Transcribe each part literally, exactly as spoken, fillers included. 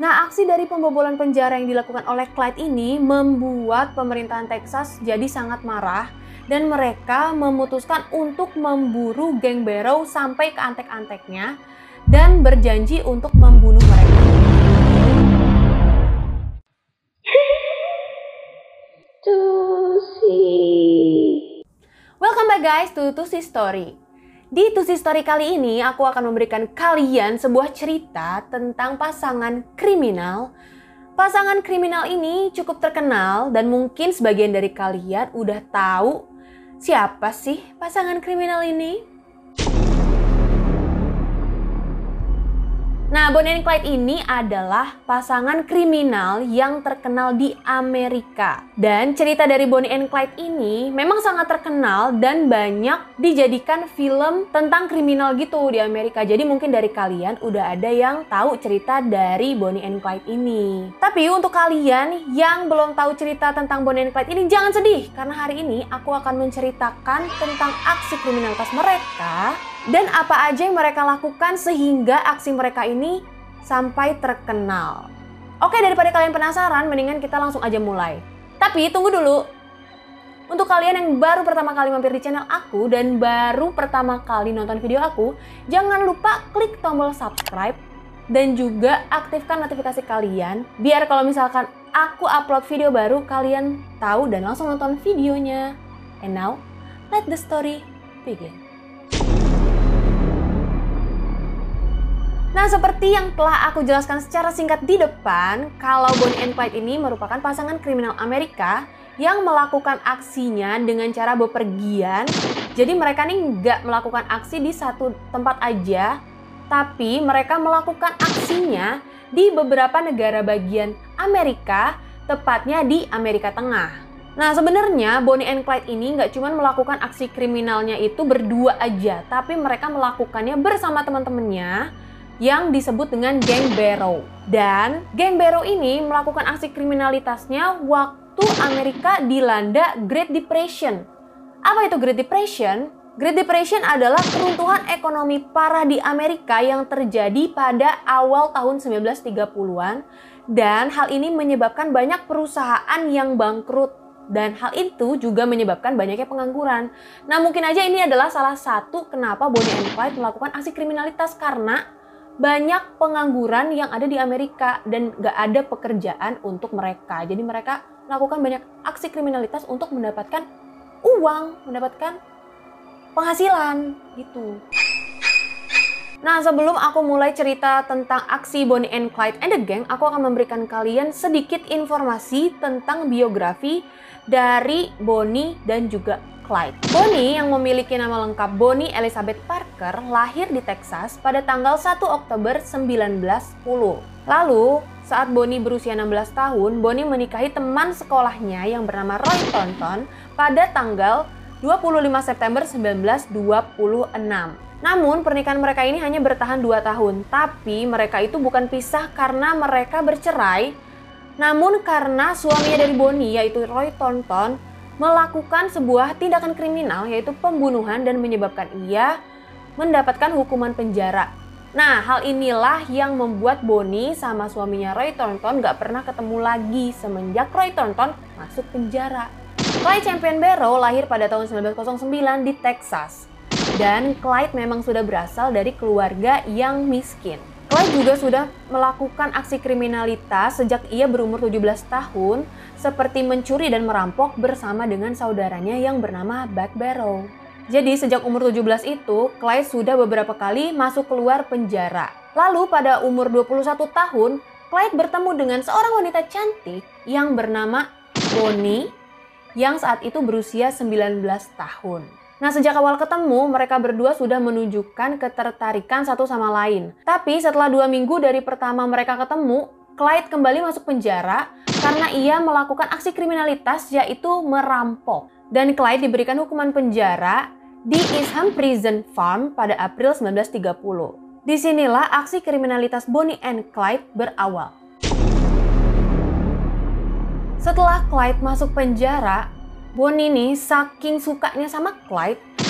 Nah, aksi dari pembobolan penjara yang dilakukan oleh Clyde ini membuat pemerintahan Texas jadi sangat marah dan mereka memutuskan untuk memburu geng Barrow sampai ke antek-anteknya dan berjanji untuk membunuh mereka. Welcome back guys to Tusi Story. Di Tusi Story kali ini aku akan memberikan kalian sebuah cerita tentang pasangan kriminal. Pasangan kriminal ini cukup terkenal dan mungkin sebagian dari kalian udah tahu siapa sih pasangan kriminal ini? Nah, Bonnie and Clyde ini adalah pasangan kriminal yang terkenal di Amerika. Dan cerita dari Bonnie and Clyde ini memang sangat terkenal dan banyak dijadikan film tentang kriminal gitu di Amerika. Jadi mungkin dari kalian udah ada yang tahu cerita dari Bonnie and Clyde ini. Tapi untuk kalian yang belum tahu cerita tentang Bonnie and Clyde ini, jangan sedih. Karena hari ini aku akan menceritakan tentang aksi kriminalitas mereka dan apa aja yang mereka lakukan sehingga aksi mereka ini sampai terkenal. Oke, daripada kalian penasaran, mendingan kita langsung aja mulai. Tapi tunggu dulu. Untuk kalian yang baru pertama kali mampir di channel aku dan baru pertama kali nonton video aku, jangan lupa klik tombol subscribe dan juga aktifkan notifikasi kalian biar kalau misalkan aku upload video baru, kalian tahu dan langsung nonton videonya. And now, let the story begin. Nah, seperti yang telah aku jelaskan secara singkat di depan, kalau Bonnie and Clyde ini merupakan pasangan kriminal Amerika yang melakukan aksinya dengan cara bepergian. Jadi mereka nih nggak melakukan aksi di satu tempat aja, tapi mereka melakukan aksinya di beberapa negara bagian Amerika, tepatnya di Amerika Tengah. Nah, sebenarnya Bonnie and Clyde ini nggak cuma melakukan aksi kriminalnya itu berdua aja, tapi mereka melakukannya bersama teman-temannya yang disebut dengan geng Barrow. Dan geng Barrow ini melakukan aksi kriminalitasnya waktu Amerika dilanda Great Depression. Apa itu Great Depression? Great Depression adalah keruntuhan ekonomi parah di Amerika yang terjadi pada awal tahun sembilan belas tiga puluhan, dan hal ini menyebabkan banyak perusahaan yang bangkrut. Dan hal itu juga menyebabkan banyaknya pengangguran. Nah, mungkin aja ini adalah salah satu kenapa Bonnie and Clyde melakukan aksi kriminalitas, karena banyak pengangguran yang ada di Amerika dan gak ada pekerjaan untuk mereka. Jadi mereka melakukan banyak aksi kriminalitas untuk mendapatkan uang, mendapatkan penghasilan gitu. Nah, sebelum aku mulai cerita tentang aksi Bonnie and Clyde and the Gang, aku akan memberikan kalian sedikit informasi tentang biografi dari Bonnie dan juga Clyde. Bonnie yang memiliki nama lengkap Bonnie Elizabeth Parker lahir di Texas pada tanggal satu Oktober sembilan belas sepuluh. Lalu, saat Bonnie berusia enam belas tahun, Bonnie menikahi teman sekolahnya yang bernama Roy Thornton pada tanggal dua puluh lima September sembilan belas dua puluh enam. Namun, pernikahan mereka ini hanya bertahan dua tahun, tapi mereka itu bukan pisah karena mereka bercerai, namun karena suaminya dari Bonnie, yaitu Roy Thornton, melakukan sebuah tindakan kriminal, yaitu pembunuhan, dan menyebabkan ia mendapatkan hukuman penjara. Nah, hal inilah yang membuat Bonnie sama suaminya Roy Thornton gak pernah ketemu lagi semenjak Roy Thornton masuk penjara. Clyde Champion Barrow lahir pada tahun sembilan belas sembilan di Texas. Dan Clyde memang sudah berasal dari keluarga yang miskin. Clyde juga sudah melakukan aksi kriminalitas sejak ia berumur tujuh belas tahun, seperti mencuri dan merampok bersama dengan saudaranya yang bernama Buck Barrow. Jadi sejak umur tujuh belas itu, Clyde sudah beberapa kali masuk keluar penjara. Lalu pada umur dua puluh satu tahun, Clyde bertemu dengan seorang wanita cantik yang bernama Bonnie, yang saat itu berusia sembilan belas tahun. Nah, sejak awal ketemu, mereka berdua sudah menunjukkan ketertarikan satu sama lain. Tapi setelah dua minggu dari pertama mereka ketemu, Clyde kembali masuk penjara karena ia melakukan aksi kriminalitas, yaitu merampok. Dan Clyde diberikan hukuman penjara di Eastham Prison Farm pada April sembilan belas tiga puluh. Disinilah aksi kriminalitas Bonnie and Clyde berawal. Setelah Clyde masuk penjara, Bonnie nih saking sukanya sama Clyde,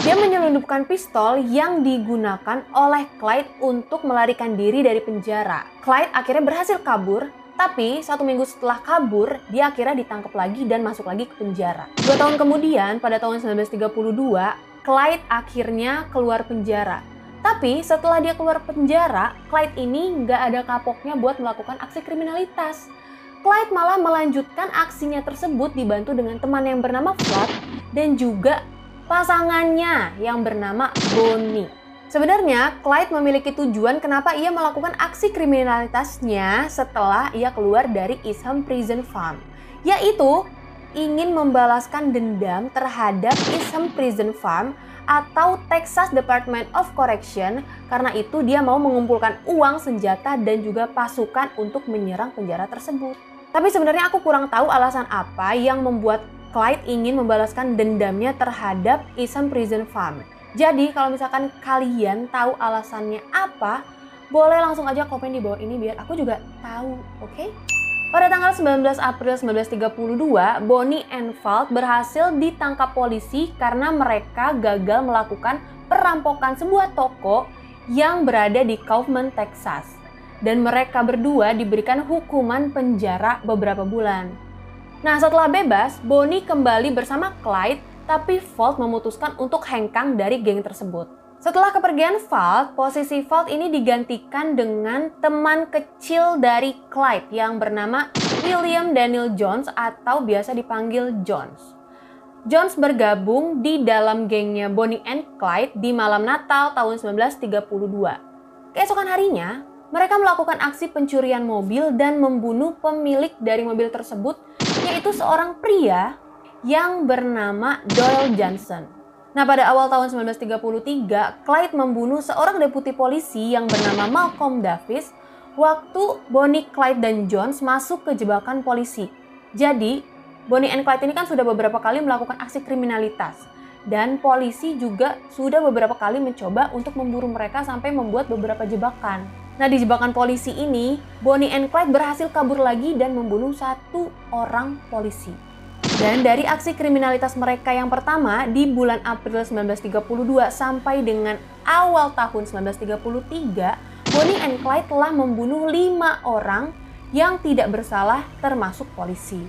Dia menyelundupkan pistol yang digunakan oleh Clyde untuk melarikan diri dari penjara. Clyde akhirnya berhasil kabur, tapi satu minggu setelah kabur, dia akhirnya ditangkap lagi dan masuk lagi ke penjara. Dua tahun kemudian, pada tahun seribu sembilan ratus tiga puluh dua, Clyde akhirnya keluar penjara. Tapi setelah dia keluar penjara, Clyde ini nggak ada kapoknya buat melakukan aksi kriminalitas. Clyde malah melanjutkan aksinya tersebut dibantu dengan teman yang bernama Floyd dan juga pasangannya yang bernama Bonnie. Sebenarnya Clyde memiliki tujuan kenapa ia melakukan aksi kriminalitasnya setelah ia keluar dari Eastham Prison Farm, yaitu ingin membalaskan dendam terhadap Eastham Prison Farm atau Texas Department of Correction. Karena itu dia mau mengumpulkan uang, senjata, dan juga pasukan untuk menyerang penjara tersebut. Tapi sebenarnya aku kurang tahu alasan apa yang membuat Clyde ingin membalaskan dendamnya terhadap Eastham Prison Farm. Jadi kalau misalkan kalian tahu alasannya apa, boleh langsung aja komen di bawah ini biar aku juga tahu, oke? Okay? Pada tanggal sembilan belas April seribu sembilan ratus tiga puluh dua, Bonnie and Floyd berhasil ditangkap polisi karena mereka gagal melakukan perampokan sebuah toko yang berada di Kaufman, Texas. Dan mereka berdua diberikan hukuman penjara beberapa bulan. Nah, setelah bebas, Bonnie kembali bersama Clyde, tapi Floyd memutuskan untuk hengkang dari geng tersebut. Setelah kepergian Floyd, posisi Floyd ini digantikan dengan teman kecil dari Clyde yang bernama William Daniel Jones atau biasa dipanggil Jones. Jones bergabung di dalam gengnya Bonnie and Clyde di malam Natal tahun seribu sembilan ratus tiga puluh dua. Keesokan harinya, mereka melakukan aksi pencurian mobil dan membunuh pemilik dari mobil tersebut, yaitu seorang pria yang bernama Doyle Johnson. Nah, pada awal tahun seribu sembilan ratus tiga puluh tiga, Clyde membunuh seorang deputi polisi yang bernama Malcolm Davis waktu Bonnie, Clyde, dan Jones masuk ke jebakan polisi. Jadi, Bonnie and Clyde ini kan sudah beberapa kali melakukan aksi kriminalitas. Dan polisi juga sudah beberapa kali mencoba untuk memburu mereka sampai membuat beberapa jebakan. Nah, di jebakan polisi ini, Bonnie and Clyde berhasil kabur lagi dan membunuh satu orang polisi. Dan dari aksi kriminalitas mereka yang pertama di bulan April seribu sembilan ratus tiga puluh dua sampai dengan awal tahun seribu sembilan ratus tiga puluh tiga, Bonnie and Clyde telah membunuh lima orang yang tidak bersalah termasuk polisi.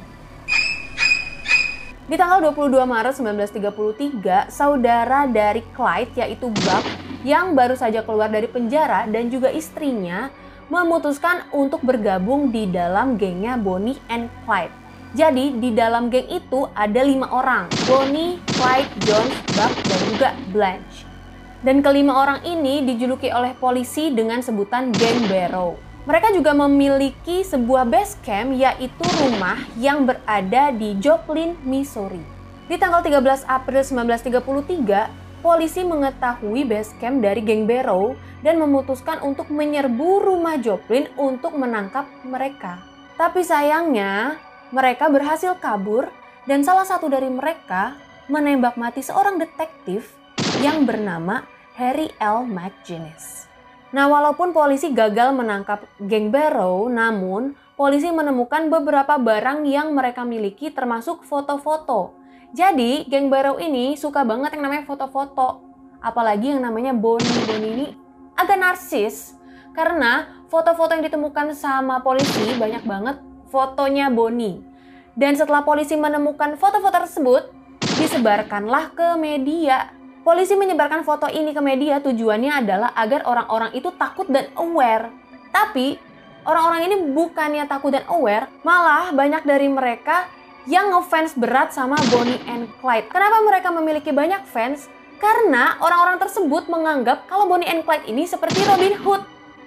Di tanggal dua puluh dua Maret seribu sembilan ratus tiga puluh tiga, saudara dari Clyde yaitu Buck yang baru saja keluar dari penjara dan juga istrinya memutuskan untuk bergabung di dalam gengnya Bonnie and Clyde. Jadi di dalam geng itu ada lima orang, Bonnie, Clyde, Jones, Buck, dan juga Blanche. Dan kelima orang ini dijuluki oleh polisi dengan sebutan Geng Barrow. Mereka juga memiliki sebuah base camp yaitu rumah yang berada di Joplin, Missouri. Di tanggal tiga belas April seribu sembilan ratus tiga puluh tiga, polisi mengetahui base camp dari geng Barrow dan memutuskan untuk menyerbu rumah Joplin untuk menangkap mereka. Tapi sayangnya, mereka berhasil kabur dan salah satu dari mereka menembak mati seorang detektif yang bernama Harry L. McGinnis. Nah, walaupun polisi gagal menangkap geng Barrow, namun polisi menemukan beberapa barang yang mereka miliki termasuk foto-foto. Jadi, geng Barrow ini suka banget yang namanya foto-foto. Apalagi yang namanya Bonnie. Bonnie ini agak narsis karena foto-foto yang ditemukan sama polisi banyak banget fotonya Bonnie. Dan setelah polisi menemukan foto-foto tersebut, disebarkanlah ke media. Polisi menyebarkan foto ini ke media tujuannya adalah agar orang-orang itu takut dan aware. Tapi orang-orang ini bukannya takut dan aware, malah banyak dari mereka yang ngefans berat sama Bonnie and Clyde. Kenapa mereka memiliki banyak fans? Karena orang-orang tersebut menganggap kalau Bonnie and Clyde ini seperti Robin Hood.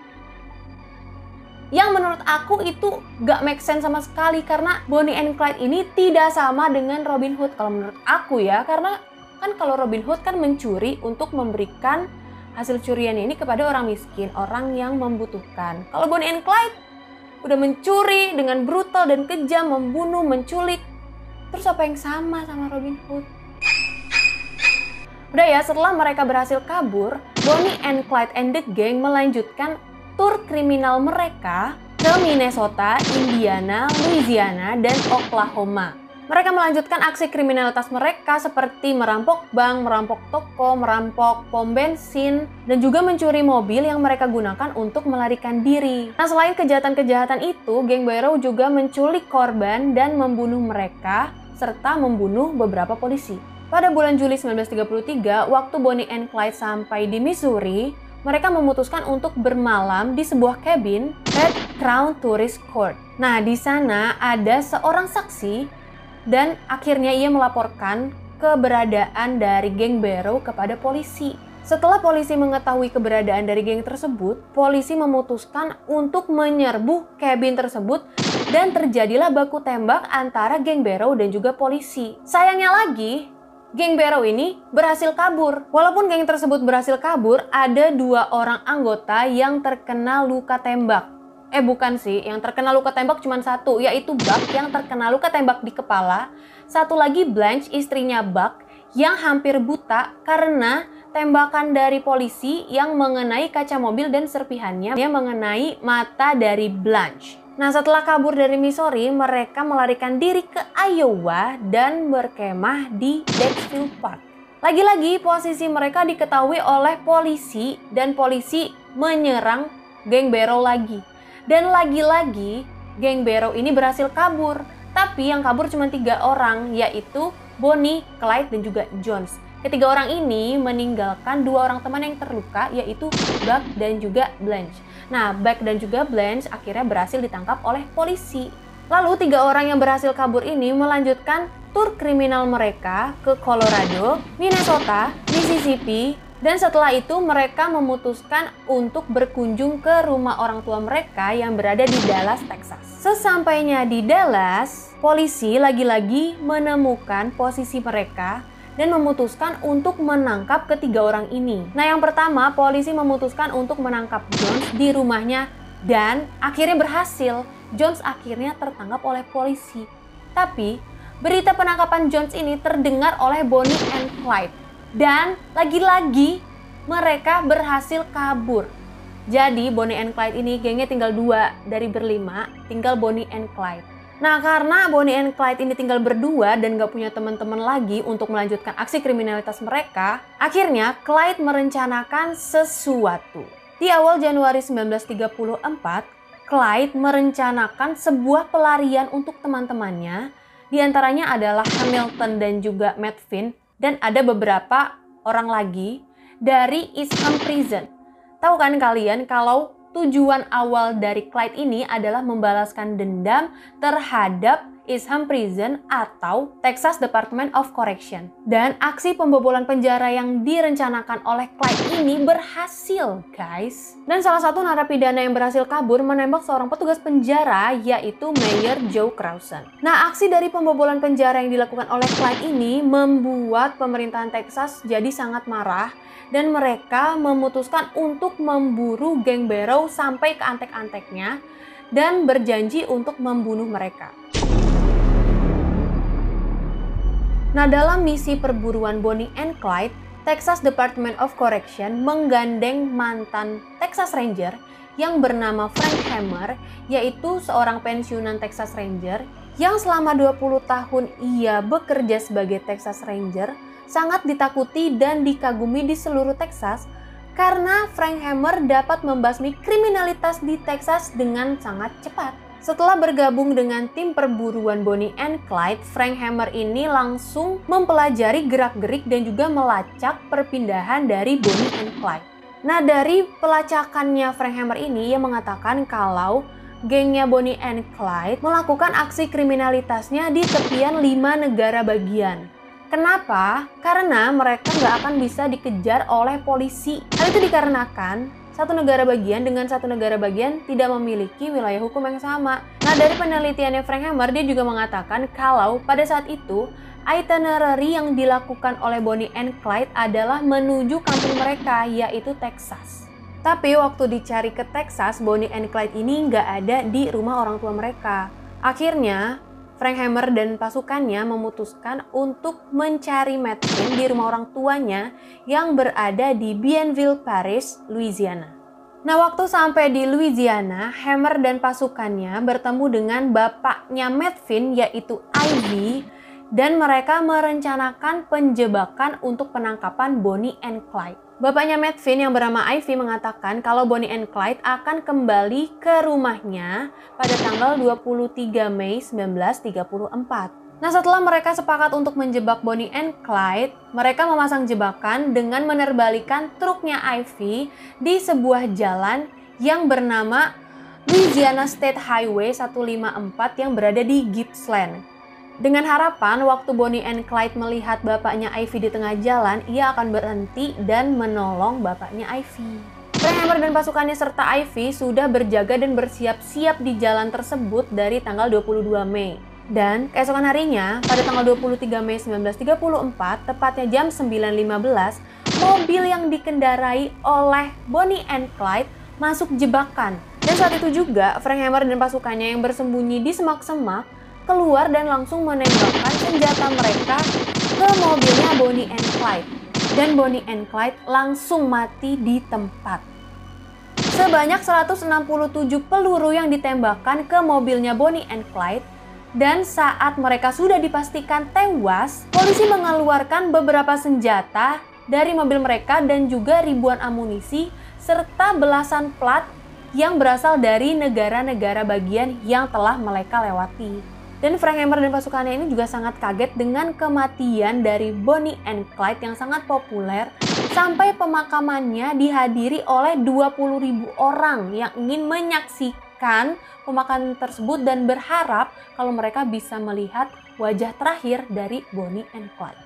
Yang menurut aku itu gak make sense sama sekali karena Bonnie and Clyde ini tidak sama dengan Robin Hood kalau menurut aku ya. Karena kan kalau Robin Hood kan mencuri untuk memberikan hasil curiannya ini kepada orang miskin, orang yang membutuhkan. Kalau Bonnie and Clyde udah mencuri dengan brutal dan kejam, membunuh, menculik. Terus apa yang sama sama Robin Hood? Udah ya, setelah mereka berhasil kabur, Bonnie and Clyde and the gang melanjutkan tur kriminal mereka ke Minnesota, Indiana, Louisiana, dan Oklahoma. Mereka melanjutkan aksi kriminalitas mereka seperti merampok bank, merampok toko, merampok pom bensin, dan juga mencuri mobil yang mereka gunakan untuk melarikan diri. Nah, selain kejahatan-kejahatan itu, geng Barrow juga menculik korban dan membunuh mereka, serta membunuh beberapa polisi. Pada bulan Juli seribu sembilan ratus tiga puluh tiga, waktu Bonnie and Clyde sampai di Missouri, mereka memutuskan untuk bermalam di sebuah cabin Red Crown Tourist Court. Nah, di sana ada seorang saksi dan akhirnya ia melaporkan keberadaan dari geng Barrow kepada polisi. Setelah polisi mengetahui keberadaan dari geng tersebut, polisi memutuskan untuk menyerbu cabin tersebut dan terjadilah baku tembak antara geng Barrow dan juga polisi. Sayangnya lagi, geng Barrow ini berhasil kabur. Walaupun geng tersebut berhasil kabur, ada dua orang anggota yang terkena luka tembak. Eh bukan sih, yang terkena luka tembak cuma satu, yaitu Buck yang terkena luka tembak di kepala. Satu lagi Blanche, istrinya Buck, yang hampir buta karena tembakan dari polisi yang mengenai kaca mobil dan serpihannya yang mengenai mata dari Blanche. Nah, setelah kabur dari Missouri, mereka melarikan diri ke Iowa dan berkemah di Dexville Park. Lagi-lagi posisi mereka diketahui oleh polisi dan polisi menyerang geng Barrow lagi. Dan lagi-lagi geng Barrow ini berhasil kabur. Tapi yang kabur cuma tiga orang, yaitu Bonnie, Clyde, dan juga Jones. Ketiga orang ini meninggalkan dua orang teman yang terluka, yaitu Buck dan juga Blanche. Nah, Buck dan juga Blanche akhirnya berhasil ditangkap oleh polisi. Lalu tiga orang yang berhasil kabur ini melanjutkan tur kriminal mereka ke Colorado, Minnesota, Mississippi, dan setelah itu mereka memutuskan untuk berkunjung ke rumah orang tua mereka yang berada di Dallas, Texas. Sesampainya di Dallas, polisi lagi-lagi menemukan posisi mereka dan memutuskan untuk menangkap ketiga orang ini. Nah, yang pertama, polisi memutuskan untuk menangkap Jones di rumahnya dan akhirnya berhasil. Jones akhirnya tertangkap oleh polisi. Tapi, berita penangkapan Jones ini terdengar oleh Bonnie and Clyde. Dan lagi-lagi mereka berhasil kabur. Jadi Bonnie and Clyde ini gengnya tinggal dua dari berlima, tinggal Bonnie and Clyde. Nah, karena Bonnie and Clyde ini tinggal berdua dan gak punya teman-teman lagi untuk melanjutkan aksi kriminalitas mereka, akhirnya Clyde merencanakan sesuatu. Di awal Januari seribu sembilan ratus tiga puluh empat, Clyde merencanakan sebuah pelarian untuk teman-temannya. Di antaranya adalah Hamilton dan juga Matvin, dan ada beberapa orang lagi dari Eastham Prison. Tahu kan kalian kalau tujuan awal dari Clyde ini adalah membalaskan dendam terhadap Eastham Prison atau Texas Department of Correction. Dan aksi pembobolan penjara yang direncanakan oleh Clyde ini berhasil, guys. Dan salah satu narapidana yang berhasil kabur menembak seorang petugas penjara, yaitu Mayor Joe Crewson. Nah, aksi dari pembobolan penjara yang dilakukan oleh Clyde ini membuat pemerintahan Texas jadi sangat marah dan mereka memutuskan untuk memburu geng Barrow sampai ke antek-anteknya dan berjanji untuk membunuh mereka. Nah, dalam misi perburuan Bonnie and Clyde, Texas Department of Correction menggandeng mantan Texas Ranger yang bernama Frank Hammer, yaitu seorang pensiunan Texas Ranger yang selama dua puluh tahun ia bekerja sebagai Texas Ranger, sangat ditakuti dan dikagumi di seluruh Texas karena Frank Hammer dapat membasmi kriminalitas di Texas dengan sangat cepat. Setelah bergabung dengan tim perburuan Bonnie and Clyde, Frank Hammer ini langsung mempelajari gerak-gerik dan juga melacak perpindahan dari Bonnie and Clyde. Nah, dari pelacakannya Frank Hammer ini, ia mengatakan kalau gengnya Bonnie and Clyde melakukan aksi kriminalitasnya di tepian lima negara bagian. Kenapa? Karena mereka nggak akan bisa dikejar oleh polisi. Hal itu dikarenakan satu negara bagian dengan satu negara bagian tidak memiliki wilayah hukum yang sama. Nah, dari penelitiannya Frank Hammer, dia juga mengatakan kalau pada saat itu itinerary yang dilakukan oleh Bonnie and Clyde adalah menuju kampung mereka, yaitu Texas. Tapi waktu dicari ke Texas, Bonnie and Clyde ini nggak ada di rumah orang tua mereka. Akhirnya, Frank Hammer dan pasukannya memutuskan untuk mencari Matvin di rumah orang tuanya yang berada di Bienville Parish, Louisiana. Nah, waktu sampai di Louisiana, Hammer dan pasukannya bertemu dengan bapaknya Matvin yaitu Ivy, dan mereka merencanakan penjebakan untuk penangkapan Bonnie and Clyde. Bapaknya Matvin yang bernama Ivy mengatakan kalau Bonnie and Clyde akan kembali ke rumahnya pada tanggal dua puluh tiga Mei seribu sembilan ratus tiga puluh empat. Nah, setelah mereka sepakat untuk menjebak Bonnie and Clyde, mereka memasang jebakan dengan menerbalikan truknya Ivy di sebuah jalan yang bernama Louisiana State Highway seratus lima puluh empat yang berada di Gippsland. Dengan harapan waktu Bonnie and Clyde melihat bapaknya Ivy di tengah jalan, ia akan berhenti dan menolong bapaknya Ivy. Frank Hammer dan pasukannya serta Ivy sudah berjaga dan bersiap-siap di jalan tersebut dari tanggal dua puluh dua Mei. Dan keesokan harinya, pada tanggal dua puluh tiga Mei seribu sembilan ratus tiga puluh empat, tepatnya jam sembilan lima belas, mobil yang dikendarai oleh Bonnie and Clyde masuk jebakan. Dan saat itu juga, Frank Hammer dan pasukannya yang bersembunyi di semak-semak keluar dan langsung menembakkan senjata mereka ke mobilnya Bonnie and Clyde. Dan Bonnie and Clyde langsung mati di tempat. Sebanyak seratus enam puluh tujuh peluru yang ditembakkan ke mobilnya Bonnie and Clyde. Dan saat mereka sudah dipastikan tewas, polisi mengeluarkan beberapa senjata dari mobil mereka dan juga ribuan amunisi serta belasan plat yang berasal dari negara-negara bagian yang telah mereka lewati. Dan Frank Hammer dan pasukannya ini juga sangat kaget dengan kematian dari Bonnie and Clyde yang sangat populer, sampai pemakamannya dihadiri oleh dua puluh ribu orang yang ingin menyaksikan pemakaman tersebut dan berharap kalau mereka bisa melihat wajah terakhir dari Bonnie and Clyde.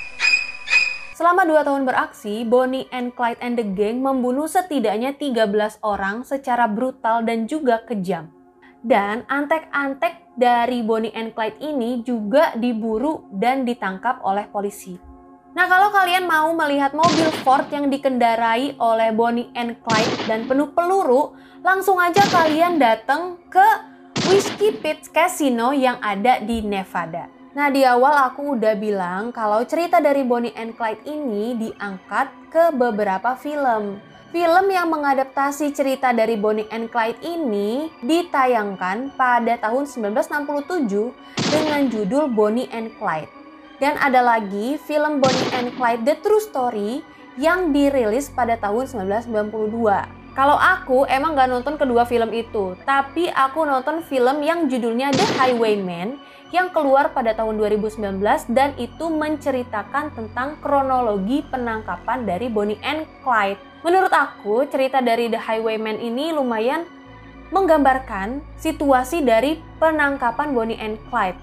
Selama dua tahun beraksi, Bonnie and Clyde and the Gang membunuh setidaknya tiga belas orang secara brutal dan juga kejam. Dan antek-antek dari Bonnie and Clyde ini juga diburu dan ditangkap oleh polisi. Nah, kalau kalian mau melihat mobil Ford yang dikendarai oleh Bonnie and Clyde dan penuh peluru, langsung aja kalian datang ke Whiskey Pit Casino yang ada di Nevada. Nah, di awal aku udah bilang kalau cerita dari Bonnie and Clyde ini diangkat ke beberapa film. Film yang mengadaptasi cerita dari Bonnie and Clyde ini ditayangkan pada tahun seribu sembilan ratus enam puluh tujuh dengan judul Bonnie and Clyde. Dan ada lagi film Bonnie and Clyde The True Story yang dirilis pada tahun seribu sembilan ratus sembilan puluh dua. Kalau aku emang gak nonton kedua film itu, tapi aku nonton film yang judulnya The Highwayman yang keluar pada tahun dua ribu sembilan belas dan itu menceritakan tentang kronologi penangkapan dari Bonnie and Clyde. Menurut aku, cerita dari The Highwayman ini lumayan menggambarkan situasi dari penangkapan Bonnie and Clyde.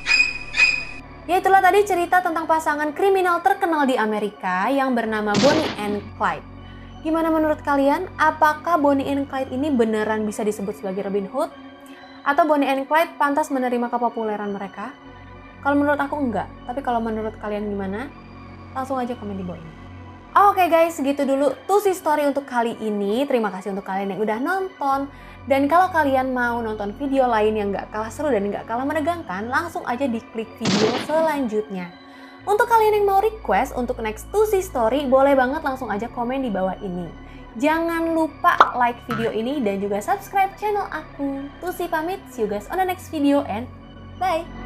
Ya, itulah tadi cerita tentang pasangan kriminal terkenal di Amerika yang bernama Bonnie and Clyde. Gimana menurut kalian? Apakah Bonnie and Clyde ini beneran bisa disebut sebagai Robin Hood? Atau Bonnie and Clyde pantas menerima kepopuleran mereka? Kalau menurut aku enggak, tapi kalau menurut kalian gimana? Langsung aja komen di bawah ini. Oke guys, segitu dulu Tusi Story untuk kali ini. Terima kasih untuk kalian yang udah nonton. Dan kalau kalian mau nonton video lain yang gak kalah seru dan gak kalah menegangkan, langsung aja diklik video selanjutnya. Untuk kalian yang mau request untuk next Tusi Story, boleh banget langsung aja komen di bawah ini. Jangan lupa like video ini dan juga subscribe channel aku. Tusi pamit, see you guys on the next video and bye!